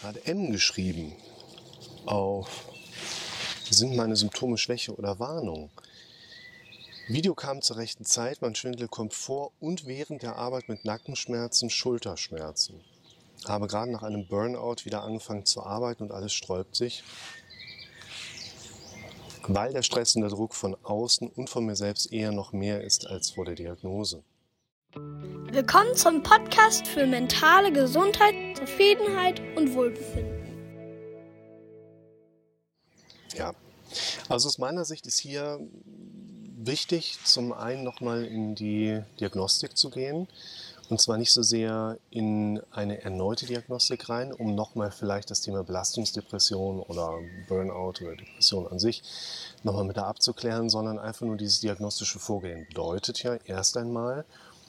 gerade M geschrieben auf sind meine Symptome Schwäche oder Warnung. Video kam zur rechten Zeit, mein Schwindel kommt vor und während der Arbeit mit Nackenschmerzen, Schulterschmerzen. Habe gerade nach einem Burnout wieder angefangen zu arbeiten und alles sträubt sich, weil der Stress und der Druck von außen und von mir selbst eher noch mehr ist als vor der Diagnose. Willkommen zum Podcast für mentale Gesundheit, Zufriedenheit und Wohlbefinden. Ja, also aus meiner Sicht ist hier wichtig, zum einen nochmal in die Diagnostik zu gehen. Und zwar nicht so sehr in eine erneute Diagnostik rein, um nochmal vielleicht das Thema Belastungsdepression oder Burnout oder Depression an sich nochmal mit da abzuklären, sondern einfach nur dieses diagnostische Vorgehen. Bedeutet ja erst einmal,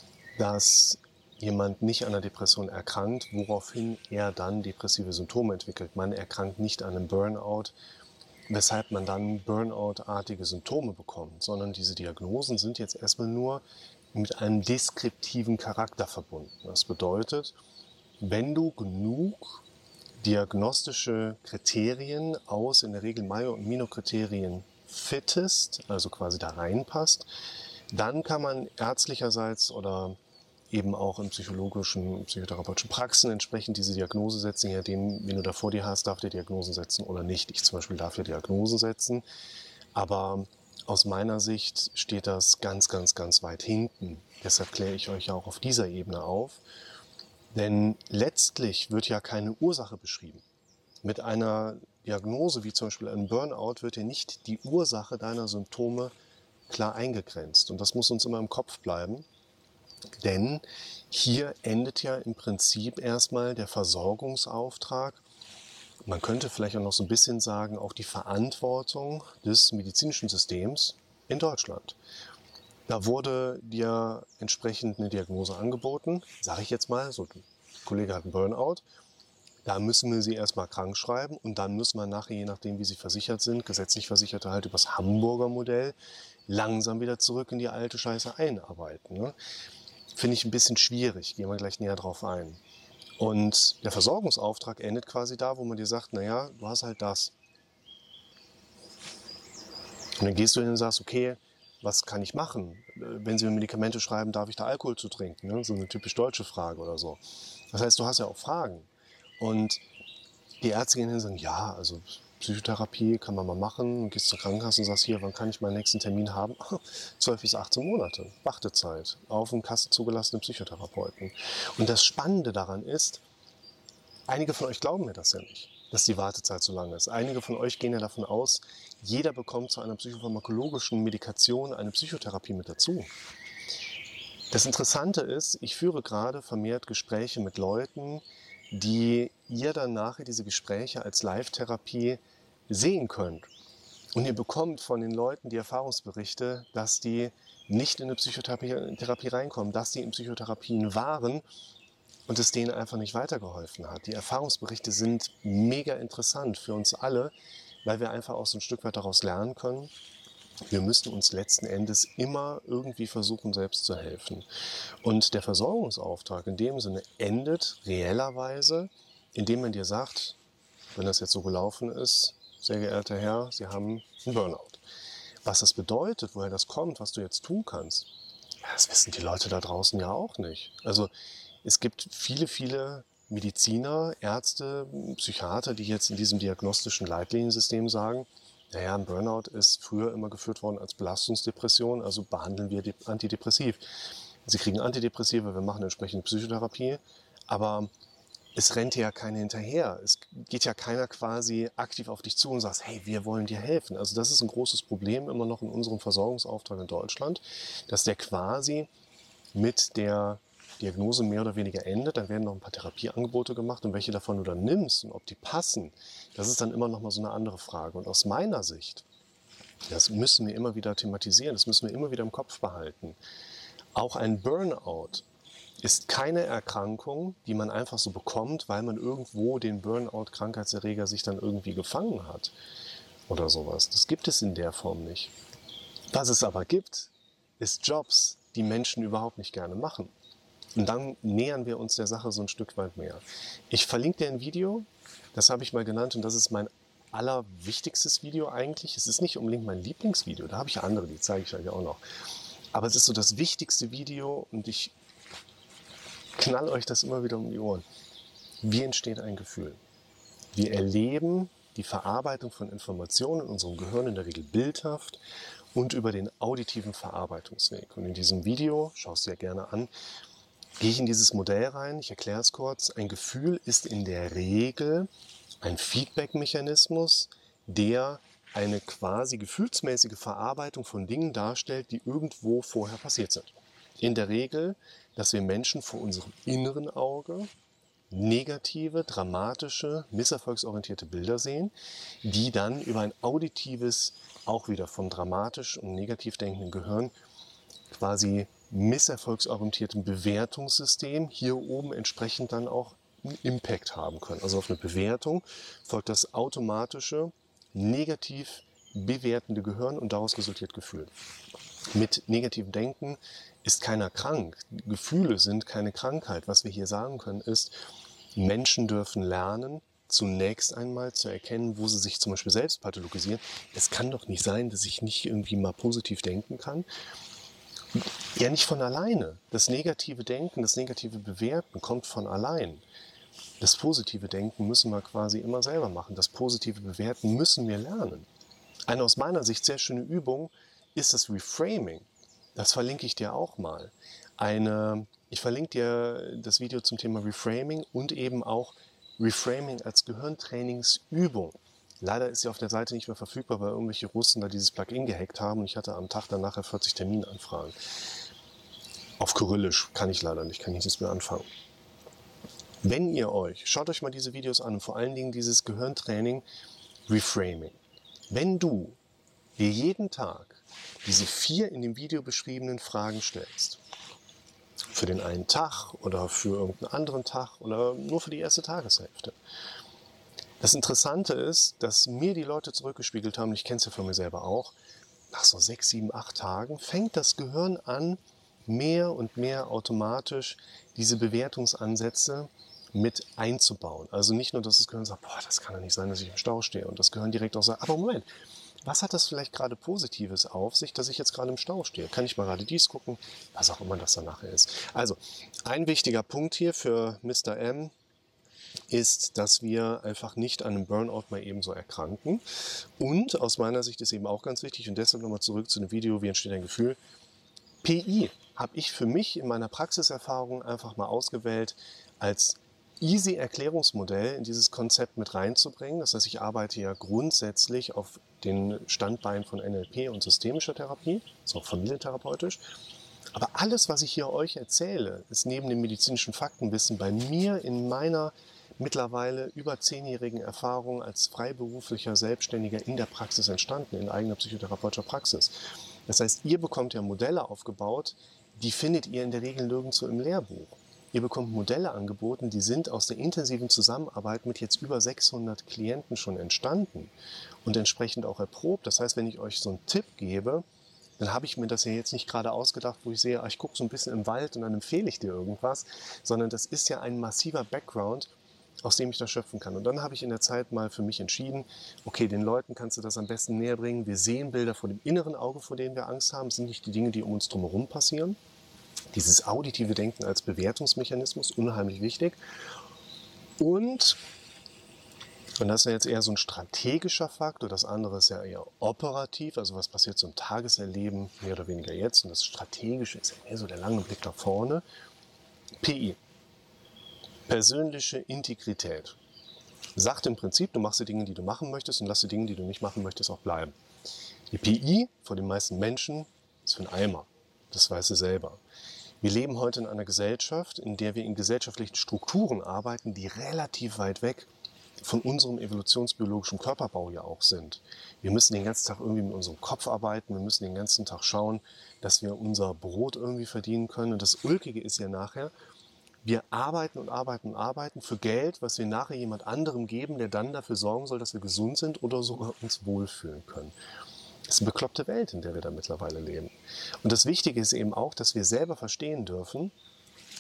dass jemand nicht an einer Depression erkrankt, woraufhin er dann depressive Symptome entwickelt. Man erkrankt nicht an einem Burnout, weshalb man dann Burnout-artige Symptome bekommt, sondern diese Diagnosen sind jetzt erstmal nur mit einem deskriptiven Charakter verbunden. Das bedeutet, wenn du genug diagnostische Kriterien aus, in der Regel Mayo- und Mino-Kriterien fittest, also quasi da reinpasst, dann kann man ärztlicherseits oder eben auch in psychologischen, psychotherapeutischen Praxen entsprechend diese Diagnose setzen. Je nachdem, wen du da vor dir hast, darf der Diagnose setzen oder nicht. Ich zum Beispiel darf ja Diagnose setzen, aber aus meiner Sicht steht das ganz, ganz, ganz weit hinten. Deshalb kläre ich euch ja auch auf dieser Ebene auf. Denn letztlich wird ja keine Ursache beschrieben. Mit einer Diagnose wie zum Beispiel einem Burnout wird ja nicht die Ursache deiner Symptome klar eingegrenzt. Und das muss uns immer im Kopf bleiben. Denn hier endet ja im Prinzip erstmal der Versorgungsauftrag. Man könnte vielleicht auch noch so ein bisschen sagen, auch die Verantwortung des medizinischen Systems in Deutschland. Da wurde dir entsprechend eine Diagnose angeboten, sage ich jetzt mal, so ein Kollege hat einen Burnout. Da müssen wir sie erstmal krank schreiben und dann müssen wir nachher, je nachdem wie sie versichert sind, gesetzlich Versicherte halt übers Hamburger Modell, langsam wieder zurück in die alte Scheiße einarbeiten. Ne? Finde ich ein bisschen schwierig, gehen wir gleich näher drauf ein. Und der Versorgungsauftrag endet quasi da, wo man dir sagt, naja, du hast halt das. Und dann gehst du hin und sagst, okay, was kann ich machen? Wenn sie mir Medikamente schreiben, darf ich da Alkohol zu trinken? Ne? So eine typisch deutsche Frage oder so. Das heißt, du hast ja auch Fragen. Und die Ärzte gehen hin und sagen, ja, also Psychotherapie kann man mal machen. Du gehst zur Krankenkasse und sagst, hier, wann kann ich meinen nächsten Termin haben? 12 bis 18 Monate, Wartezeit auf einen kassenzugelassenen Psychotherapeuten. Und das Spannende daran ist, einige von euch glauben mir das ja nicht, dass die Wartezeit so lang ist. Einige von euch gehen ja davon aus, jeder bekommt zu einer psychopharmakologischen Medikation eine Psychotherapie mit dazu. Das Interessante ist, ich führe gerade vermehrt Gespräche mit Leuten, die ihr dann nachher diese Gespräche als Live-Therapie sehen könnt. Und ihr bekommt von den Leuten die Erfahrungsberichte, dass die nicht in eine Psychotherapie reinkommen, dass die in Psychotherapien waren und es denen einfach nicht weitergeholfen hat. Die Erfahrungsberichte sind mega interessant für uns alle, weil wir einfach auch so ein Stück weit daraus lernen können. Wir müssen uns letzten Endes immer irgendwie versuchen, selbst zu helfen. Und der Versorgungsauftrag in dem Sinne endet reellerweise, indem man dir sagt, wenn das jetzt so gelaufen ist, sehr geehrter Herr, Sie haben einen Burnout. Was das bedeutet, woher das kommt, was du jetzt tun kannst, das wissen die Leute da draußen ja auch nicht. Also es gibt viele, viele Mediziner, Ärzte, Psychiater, die jetzt in diesem diagnostischen Leitliniensystem sagen, naja, ein Burnout ist früher immer geführt worden als Belastungsdepression, also behandeln wir antidepressiv. Sie kriegen Antidepressiva, wir machen entsprechende Psychotherapie, aber es rennt dir ja keiner hinterher. Es geht ja keiner quasi aktiv auf dich zu und sagt, hey, wir wollen dir helfen. Also das ist ein großes Problem immer noch in unserem Versorgungsauftrag in Deutschland, dass der quasi mit der Diagnose mehr oder weniger endet. Dann werden noch ein paar Therapieangebote gemacht und welche davon du dann nimmst und ob die passen, das ist dann immer noch mal so eine andere Frage. Und aus meiner Sicht, das müssen wir immer wieder thematisieren, das müssen wir immer wieder im Kopf behalten. Auch ein Burnout ist keine Erkrankung, die man einfach so bekommt, weil man irgendwo den Burnout-Krankheitserreger sich dann irgendwie gefangen hat oder sowas. Das gibt es in der Form nicht. Was es aber gibt, ist Jobs, die Menschen überhaupt nicht gerne machen. Und dann nähern wir uns der Sache so ein Stück weit mehr. Ich verlinke dir ein Video, das habe ich mal genannt und das ist mein allerwichtigstes Video eigentlich. Es ist nicht unbedingt mein Lieblingsvideo, da habe ich andere, die zeige ich euch auch noch. Aber es ist so das wichtigste Video und ich knall euch das immer wieder um die Ohren. Wie entsteht ein Gefühl? Wir erleben die Verarbeitung von Informationen in unserem Gehirn in der Regel bildhaft und über den auditiven Verarbeitungsweg. Und in diesem Video, schau es dir gerne an, gehe ich in dieses Modell rein. Ich erkläre es kurz. Ein Gefühl ist in der Regel ein Feedback-Mechanismus, der eine quasi gefühlsmäßige Verarbeitung von Dingen darstellt, die irgendwo vorher passiert sind. In der Regel, dass wir Menschen vor unserem inneren Auge negative, dramatische, misserfolgsorientierte Bilder sehen, die dann über ein auditives, auch wieder vom dramatisch und negativ denkenden Gehirn, quasi misserfolgsorientierten Bewertungssystem hier oben entsprechend dann auch einen Impact haben können. Also auf eine Bewertung folgt das automatische, negativ bewertende Gehirn und daraus resultiert Gefühl. Mit negativem Denken ist keiner krank. Gefühle sind keine Krankheit. Was wir hier sagen können ist, Menschen dürfen lernen, zunächst einmal zu erkennen, wo sie sich zum Beispiel selbst pathologisieren. Es kann doch nicht sein, dass ich nicht irgendwie mal positiv denken kann. Ja, nicht von alleine. Das negative Denken, das negative Bewerten kommt von allein. Das positive Denken müssen wir quasi immer selber machen. Das positive Bewerten müssen wir lernen. Eine aus meiner Sicht sehr schöne Übung ist das Reframing. Das verlinke ich dir auch mal. Ich verlinke dir das Video zum Thema Reframing und eben auch Reframing als Gehirntrainingsübung. Leider ist sie auf der Seite nicht mehr verfügbar, weil irgendwelche Russen da dieses Plugin gehackt haben und ich hatte am Tag danach 40 Terminanfragen. Auf Kyrillisch kann ich leider nicht, kann ich nichts mehr anfangen. Wenn ihr schaut euch mal diese Videos an und vor allen Dingen dieses Gehirntraining Reframing. Wenn du dir jeden Tag diese 4 in dem Video beschriebenen Fragen stellst, für den einen Tag oder für irgendeinen anderen Tag oder nur für die erste Tageshälfte. Das Interessante ist, dass mir die Leute zurückgespiegelt haben, ich kenne es ja von mir selber auch, nach so 6, 7, 8 Tagen fängt das Gehirn an, mehr und mehr automatisch diese Bewertungsansätze mit einzubauen. Also nicht nur, dass das Gehirn sagt, boah, das kann doch nicht sein, dass ich im Stau stehe. Und das Gehirn direkt auch sagt, aber Moment, was hat das vielleicht gerade Positives auf sich, dass ich jetzt gerade im Stau stehe? Kann ich mal gerade dies gucken? Was auch immer das dann nachher ist. Also, ein wichtiger Punkt hier für Mr. M ist, dass wir einfach nicht an einem Burnout mal ebenso erkranken. Und aus meiner Sicht ist eben auch ganz wichtig, und deshalb nochmal zurück zu dem Video, wie entsteht ein Gefühl? PI habe ich für mich in meiner Praxiserfahrung einfach mal ausgewählt, als easy Erklärungsmodell in dieses Konzept mit reinzubringen. Das heißt, ich arbeite ja grundsätzlich auf den Standbeinen von NLP und systemischer Therapie, ist auch familientherapeutisch. Aber alles, was ich hier euch erzähle, ist neben dem medizinischen Faktenwissen bei mir in meiner mittlerweile über 10-jährigen Erfahrung als freiberuflicher Selbstständiger in der Praxis entstanden, in eigener psychotherapeutischer Praxis. Das heißt, ihr bekommt ja Modelle aufgebaut, die findet ihr in der Regel nirgendwo im Lehrbuch. Ihr bekommt Modelle angeboten, die sind aus der intensiven Zusammenarbeit mit jetzt über 600 Klienten schon entstanden und entsprechend auch erprobt. Das heißt, wenn ich euch so einen Tipp gebe, dann habe ich mir das ja jetzt nicht gerade ausgedacht, wo ich sehe, ich gucke so ein bisschen im Wald und dann empfehle ich dir irgendwas, sondern das ist ja ein massiver Background, aus dem ich das schöpfen kann. Und dann habe ich in der Zeit mal für mich entschieden, okay, den Leuten kannst du das am besten näher bringen. Wir sehen Bilder vor dem inneren Auge, vor denen wir Angst haben. Das sind nicht die Dinge, die um uns drumherum passieren. Dieses auditive Denken als Bewertungsmechanismus, unheimlich wichtig. Und das ist ja jetzt eher so ein strategischer Faktor, das andere ist ja eher operativ, also was passiert so im Tageserleben, mehr oder weniger jetzt. Und das Strategische ist ja eher so der lange Blick nach vorne. PI, persönliche Integrität. Sagt im Prinzip, du machst die Dinge, die du machen möchtest und lass die Dinge, die du nicht machen möchtest, auch bleiben. Die PI vor den meisten Menschen ist für einen Eimer. Das weißt du selber. Wir leben heute in einer Gesellschaft, in der wir in gesellschaftlichen Strukturen arbeiten, die relativ weit weg von unserem evolutionsbiologischen Körperbau ja auch sind. Wir müssen den ganzen Tag irgendwie mit unserem Kopf arbeiten, wir müssen den ganzen Tag schauen, dass wir unser Brot irgendwie verdienen können. Und das Ulkige ist ja nachher, wir arbeiten und arbeiten und arbeiten für Geld, was wir nachher jemand anderem geben, der dann dafür sorgen soll, dass wir gesund sind oder sogar uns wohlfühlen können. Das ist eine bekloppte Welt, in der wir da mittlerweile leben. Und das Wichtige ist eben auch, dass wir selber verstehen dürfen,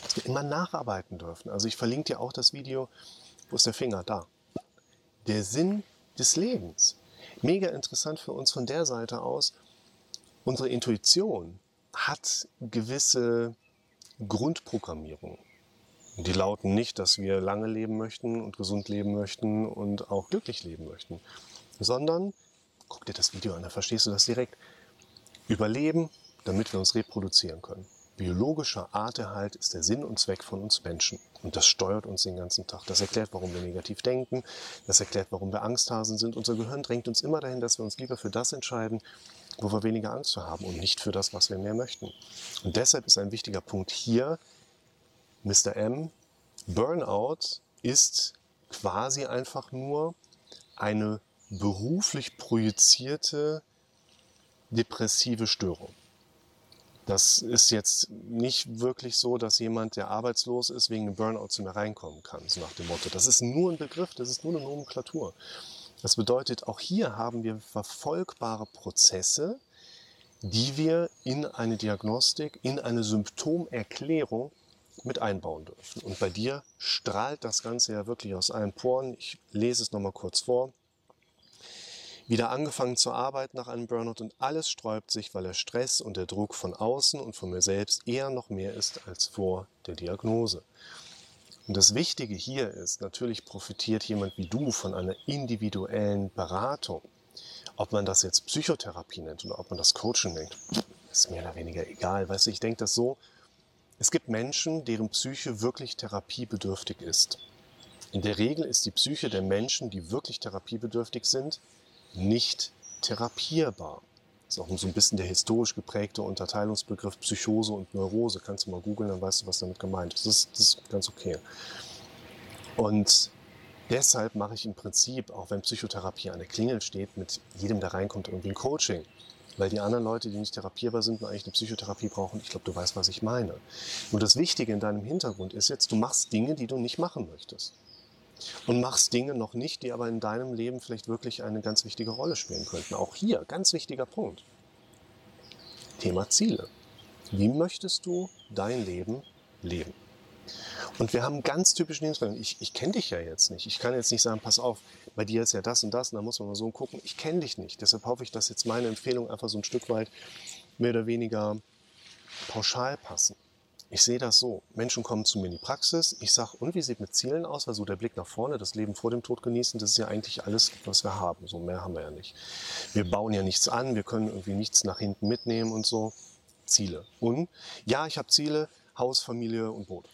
dass wir immer nacharbeiten dürfen. Also ich verlinke dir auch das Video, wo ist der Finger? Da. Der Sinn des Lebens. Mega interessant für uns von der Seite aus. Unsere Intuition hat gewisse Grundprogrammierungen. Die lauten nicht, dass wir lange leben möchten und gesund leben möchten und auch glücklich leben möchten, sondern, guck dir das Video an, da verstehst du das direkt, überleben, damit wir uns reproduzieren können. Biologischer Arterhalt ist der Sinn und Zweck von uns Menschen. Und das steuert uns den ganzen Tag. Das erklärt, warum wir negativ denken. Das erklärt, warum wir Angsthasen sind. Unser Gehirn drängt uns immer dahin, dass wir uns lieber für das entscheiden, wo wir weniger Angst vor haben und nicht für das, was wir mehr möchten. Und deshalb ist ein wichtiger Punkt hier, Mr. M, Burnout ist quasi einfach nur eine beruflich projizierte depressive Störung. Das ist jetzt nicht wirklich so, dass jemand, der arbeitslos ist, wegen einem Burnout zu mir reinkommen kann, so nach dem Motto. Das ist nur ein Begriff, das ist nur eine Nomenklatur. Das bedeutet, auch hier haben wir verfolgbare Prozesse, die wir in eine Diagnostik, in eine Symptomerklärung mit einbauen dürfen. Und bei dir strahlt das Ganze ja wirklich aus allen Poren. Ich lese es nochmal kurz vor. Wieder angefangen zu arbeiten nach einem Burnout und alles sträubt sich, weil der Stress und der Druck von außen und von mir selbst eher noch mehr ist als vor der Diagnose. Und das Wichtige hier ist, natürlich profitiert jemand wie du von einer individuellen Beratung. Ob man das jetzt Psychotherapie nennt oder ob man das Coaching nennt, ist mehr oder weniger egal. Weißt du, ich denke das so, es gibt Menschen, deren Psyche wirklich therapiebedürftig ist. In der Regel ist die Psyche der Menschen, die wirklich therapiebedürftig sind, nicht therapierbar. Das ist auch so ein bisschen der historisch geprägte Unterteilungsbegriff Psychose und Neurose. Kannst du mal googeln, dann weißt du, was damit gemeint ist. Das ist ganz okay. Und deshalb mache ich im Prinzip, auch wenn Psychotherapie an der Klingel steht, mit jedem, der reinkommt, irgendwie ein Coaching. Weil die anderen Leute, die nicht therapierbar sind und eigentlich eine Psychotherapie brauchen, ich glaube, du weißt, was ich meine. Nur das Wichtige in deinem Hintergrund ist jetzt, du machst Dinge, die du nicht machen möchtest. Und machst Dinge noch nicht, die aber in deinem Leben vielleicht wirklich eine ganz wichtige Rolle spielen könnten. Auch hier, ganz wichtiger Punkt. Thema Ziele. Wie möchtest du dein Leben leben? Und wir haben ganz typische Lebensregeln. Ich kenne dich ja jetzt nicht. Ich kann jetzt nicht sagen, pass auf, bei dir ist ja das und da muss man mal so gucken. Ich kenne dich nicht. Deshalb hoffe ich, dass jetzt meine Empfehlungen einfach so ein Stück weit mehr oder weniger pauschal passen. Ich sehe das so. Menschen kommen zu mir in die Praxis. Ich sage, und wie sieht mit Zielen aus? Weil so der Blick nach vorne, das Leben vor dem Tod genießen, das ist ja eigentlich alles, was wir haben. So mehr haben wir ja nicht. Wir bauen ja nichts an. Wir können irgendwie nichts nach hinten mitnehmen und so. Ziele. Und ja, ich habe Ziele, Haus, Familie und Boot.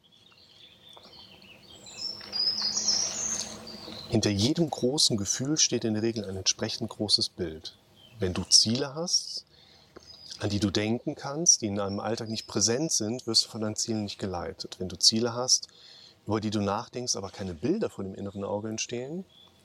Hinter jedem großen Gefühl steht in der Regel ein entsprechend großes Bild. Wenn du Ziele hast, an die du denken kannst, die in deinem Alltag nicht präsent sind, wirst du von deinen Zielen nicht geleitet. Wenn du Ziele hast, über die du nachdenkst, aber keine Bilder vor dem inneren Auge entstehen,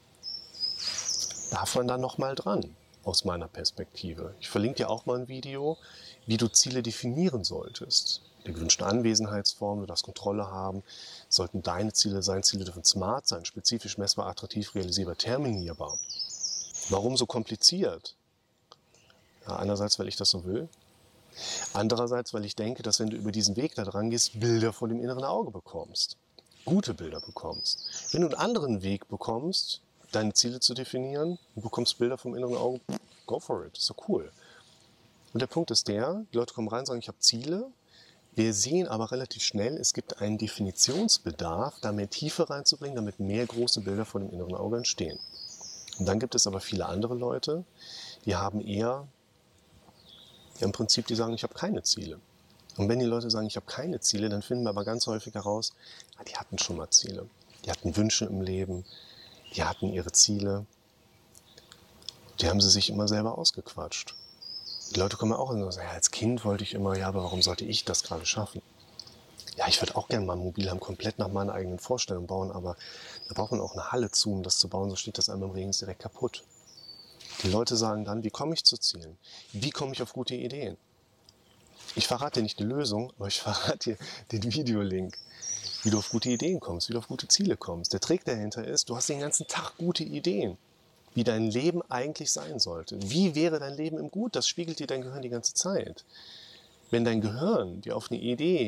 darf man da nochmal dran, aus meiner Perspektive. Ich verlinke dir auch mal ein Video, wie du Ziele definieren solltest. Die gewünschte Anwesenheitsform, du darfst Kontrolle haben, sollten deine Ziele sein. Ziele dürfen smart sein, spezifisch, messbar, attraktiv, realisierbar, terminierbar. Warum so kompliziert? Ja, einerseits, weil ich das so will. Andererseits, weil ich denke, dass wenn du über diesen Weg da dran gehst, Bilder vor dem inneren Auge bekommst. Gute Bilder bekommst. Wenn du einen anderen Weg bekommst, deine Ziele zu definieren und bekommst Bilder vom inneren Auge, go for it, ist doch cool. Und der Punkt ist der, die Leute kommen rein und sagen, ich habe Ziele. Wir sehen aber relativ schnell, es gibt einen Definitionsbedarf, da mehr Tiefe reinzubringen, damit mehr große Bilder vor dem inneren Auge entstehen. Und dann gibt es aber viele andere Leute, die haben eher, im Prinzip, die sagen, ich habe keine Ziele. Und wenn die Leute sagen, ich habe keine Ziele, dann finden wir aber ganz häufig heraus, die hatten schon mal Ziele. Die hatten Wünsche im Leben, die hatten ihre Ziele. Die haben sie sich immer selber ausgequatscht. Die Leute kommen auch und sagen, ja, als Kind wollte ich immer, ja, aber warum sollte ich das gerade schaffen? Ja, ich würde auch gerne mal ein Mobilheim komplett nach meinen eigenen Vorstellungen bauen, aber da braucht man auch eine Halle zu, um das zu bauen, so steht das einmal im Regen, ist direkt kaputt. Die Leute sagen dann, wie komme ich zu Zielen? Wie komme ich auf gute Ideen? Ich verrate dir nicht die Lösung, aber ich verrate dir den Videolink, wie du auf gute Ideen kommst, wie du auf gute Ziele kommst. Der Trick dahinter ist, du hast den ganzen Tag gute Ideen, wie dein Leben eigentlich sein sollte. Wie wäre dein Leben im Gut? Das spiegelt dir dein Gehirn die ganze Zeit. Wenn dein Gehirn dir auf eine Idee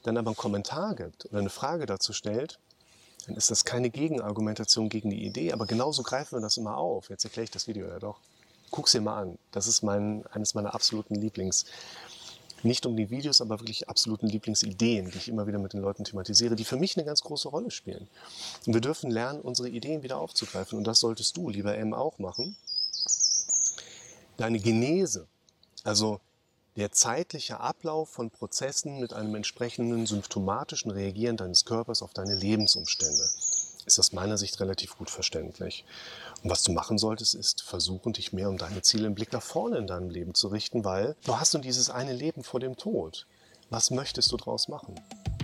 dann aber einen Kommentar gibt oder eine Frage dazu stellt, dann ist das keine Gegenargumentation gegen die Idee, aber genauso greifen wir das immer auf. Jetzt erkläre ich das Video ja doch. Guck's dir mal an. Das ist eines meiner absoluten nicht um die Videos, aber wirklich absoluten Lieblingsideen, die ich immer wieder mit den Leuten thematisiere, die für mich eine ganz große Rolle spielen. Und wir dürfen lernen, unsere Ideen wieder aufzugreifen. Und das solltest du, lieber M, auch machen. Deine Genese, also der zeitliche Ablauf von Prozessen mit einem entsprechenden symptomatischen Reagieren deines Körpers auf deine Lebensumstände, ist aus meiner Sicht relativ gut verständlich. Und was du machen solltest, ist versuchen, dich mehr um deine Ziele im Blick nach vorne in deinem Leben zu richten, weil du hast nur dieses eine Leben vor dem Tod. Was möchtest du daraus machen?